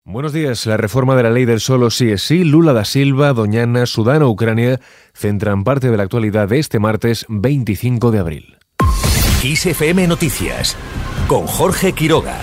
Buenos días. La reforma de la ley del solo sí es sí, Lula da Silva, Doñana, Sudán o Ucrania centran parte de la actualidad de este martes 25 de abril. Kiss FM Noticias, con Jorge Quiroga.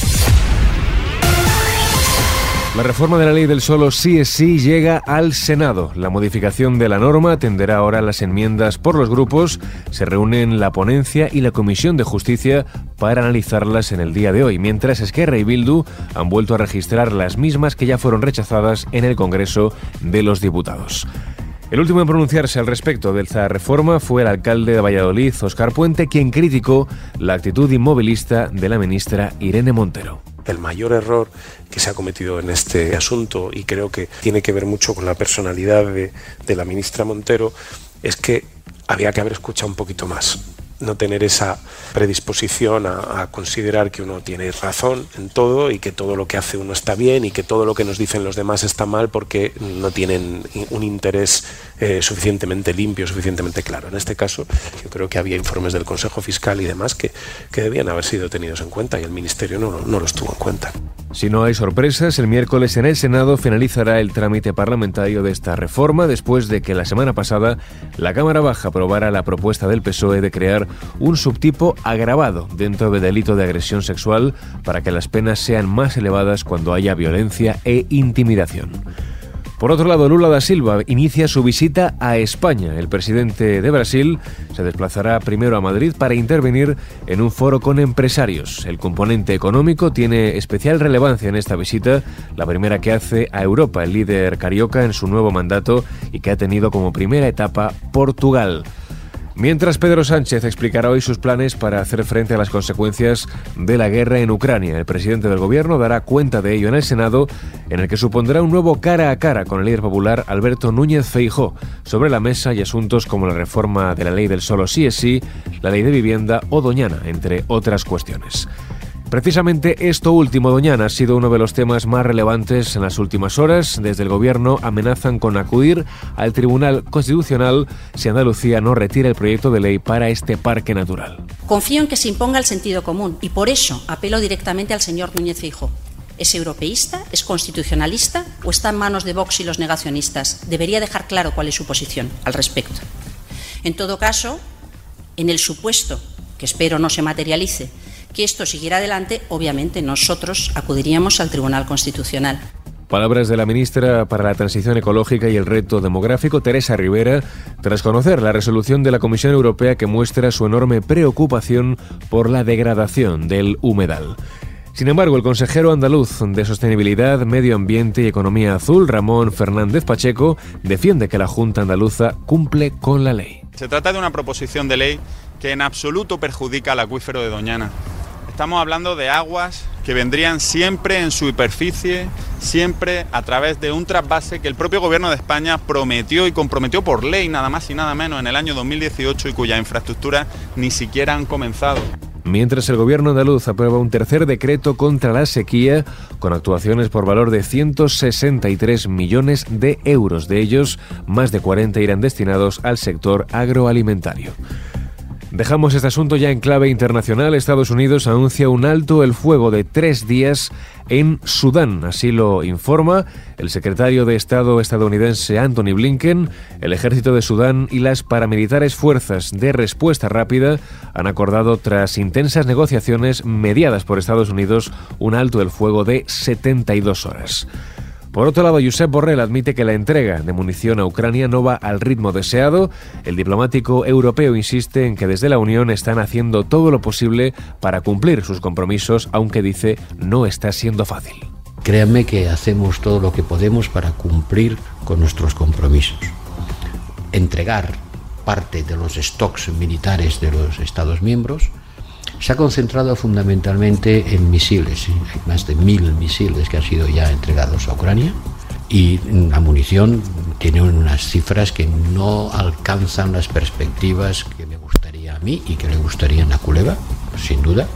La reforma de la ley del solo sí es sí llega al Senado. La modificación de la norma atenderá ahora las enmiendas por los grupos. Se reúnen la ponencia y la Comisión de Justicia para analizarlas en el día de hoy, mientras Esquerra y Bildu han vuelto a registrar las mismas que ya fueron rechazadas en el Congreso de los Diputados. El último en pronunciarse al respecto de esta reforma fue el alcalde de Valladolid, Óscar Puente, quien criticó la actitud inmovilista de la ministra Irene Montero. El mayor error que se ha cometido en este asunto, y creo que tiene que ver mucho con la personalidad de la ministra Montero, es que había que haber escuchado un poquito más. No tener esa predisposición a considerar que uno tiene razón en todo y que todo lo que hace uno está bien y que todo lo que nos dicen los demás está mal porque no tienen un interés suficientemente limpio, suficientemente claro. En este caso, yo creo que había informes del Consejo Fiscal y demás que debían haber sido tenidos en cuenta y el Ministerio no los tuvo en cuenta. Si no hay sorpresas, el miércoles en el Senado finalizará el trámite parlamentario de esta reforma después de que la semana pasada la Cámara Baja aprobara la propuesta del PSOE de crear un subtipo agravado dentro del delito de agresión sexual para que las penas sean más elevadas cuando haya violencia e intimidación. Por otro lado, Lula da Silva inicia su visita a España. El presidente de Brasil se desplazará primero a Madrid para intervenir en un foro con empresarios. El componente económico tiene especial relevancia en esta visita, la primera que hace a Europa el líder carioca en su nuevo mandato y que ha tenido como primera etapa Portugal. Mientras Pedro Sánchez explicará hoy sus planes para hacer frente a las consecuencias de la guerra en Ucrania. El presidente del gobierno dará cuenta de ello en el Senado, en el que supondrá un nuevo cara a cara con el líder popular Alberto Núñez Feijóo sobre la mesa y asuntos como la reforma de la ley del solo sí es sí, la ley de vivienda o Doñana, entre otras cuestiones. Precisamente esto último, Doñana, ha sido uno de los temas más relevantes en las últimas horas. Desde el Gobierno amenazan con acudir al Tribunal Constitucional si Andalucía no retira el proyecto de ley para este parque natural. Confío en que se imponga el sentido común y por eso apelo directamente al señor Núñez Feijóo. ¿Es europeísta? ¿Es constitucionalista? ¿O está en manos de Vox y los negacionistas? Debería dejar claro cuál es su posición al respecto. En todo caso, en el supuesto, que espero no se materialice, que esto siguiera adelante, obviamente nosotros acudiríamos al Tribunal Constitucional. Palabras de la ministra para la Transición Ecológica y el Reto Demográfico, Teresa Rivera, tras conocer la resolución de la Comisión Europea que muestra su enorme preocupación por la degradación del humedal. Sin embargo, el consejero andaluz de Sostenibilidad, Medio Ambiente y Economía Azul, Ramón Fernández Pacheco, defiende que la Junta Andaluza cumple con la ley. Se trata de una proposición de ley que en absoluto perjudica al acuífero de Doñana. Estamos hablando de aguas que vendrían siempre en su superficie, siempre a través de un trasvase que el propio Gobierno de España prometió y comprometió por ley, nada más y nada menos, en el año 2018 y cuyas infraestructuras ni siquiera han comenzado. Mientras el gobierno andaluz aprueba un tercer decreto contra la sequía con actuaciones por valor de 163 millones de euros. De ellos, más de 40 irán destinados al sector agroalimentario. Dejamos este asunto ya en clave internacional. Estados Unidos anuncia un alto el fuego de 3 días en Sudán. Así lo informa el secretario de Estado estadounidense Antony Blinken. El ejército de Sudán y las paramilitares fuerzas de respuesta rápida han acordado, tras intensas negociaciones mediadas por Estados Unidos, un alto el fuego de 72 horas. Por otro lado, Josep Borrell admite que la entrega de munición a Ucrania no va al ritmo deseado. El diplomático europeo insiste en que desde la Unión están haciendo todo lo posible para cumplir sus compromisos, aunque dice no está siendo fácil. Créanme que hacemos todo lo que podemos para cumplir con nuestros compromisos. Entregar parte de los stocks militares de los Estados miembros se ha concentrado fundamentalmente en misiles. Hay más de 1.000 misiles que han sido ya entregados a Ucrania y la munición tiene unas cifras que no alcanzan las perspectivas que me gustaría a mí y que le gustarían a Kuleva, sin duda,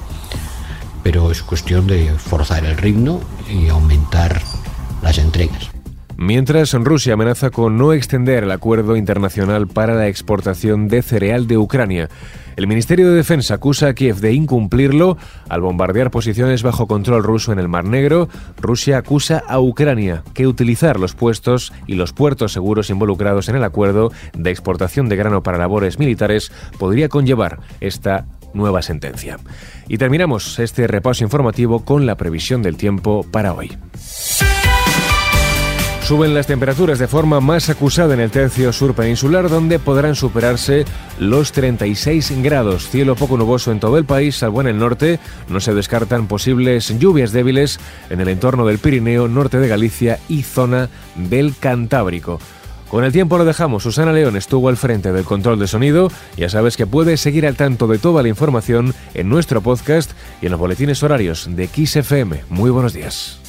pero es cuestión de forzar el ritmo y aumentar las entregas. Mientras, Rusia amenaza con no extender el acuerdo internacional para la exportación de cereal de Ucrania. El Ministerio de Defensa acusa a Kiev de incumplirlo al bombardear posiciones bajo control ruso en el Mar Negro. Rusia acusa a Ucrania que utilizar los puestos y los puertos seguros involucrados en el acuerdo de exportación de grano para labores militares podría conllevar esta nueva sentencia. Y terminamos este repaso informativo con la previsión del tiempo para hoy. Suben las temperaturas de forma más acusada en el tercio sur peninsular, donde podrán superarse los 36 grados. Cielo poco nuboso en todo el país, salvo en el norte. No se descartan posibles lluvias débiles en el entorno del Pirineo, norte de Galicia y zona del Cantábrico. Con el tiempo lo dejamos. Susana León estuvo al frente del control de sonido. Ya sabes que puedes seguir al tanto de toda la información en nuestro podcast y en los boletines horarios de XFM. Muy buenos días.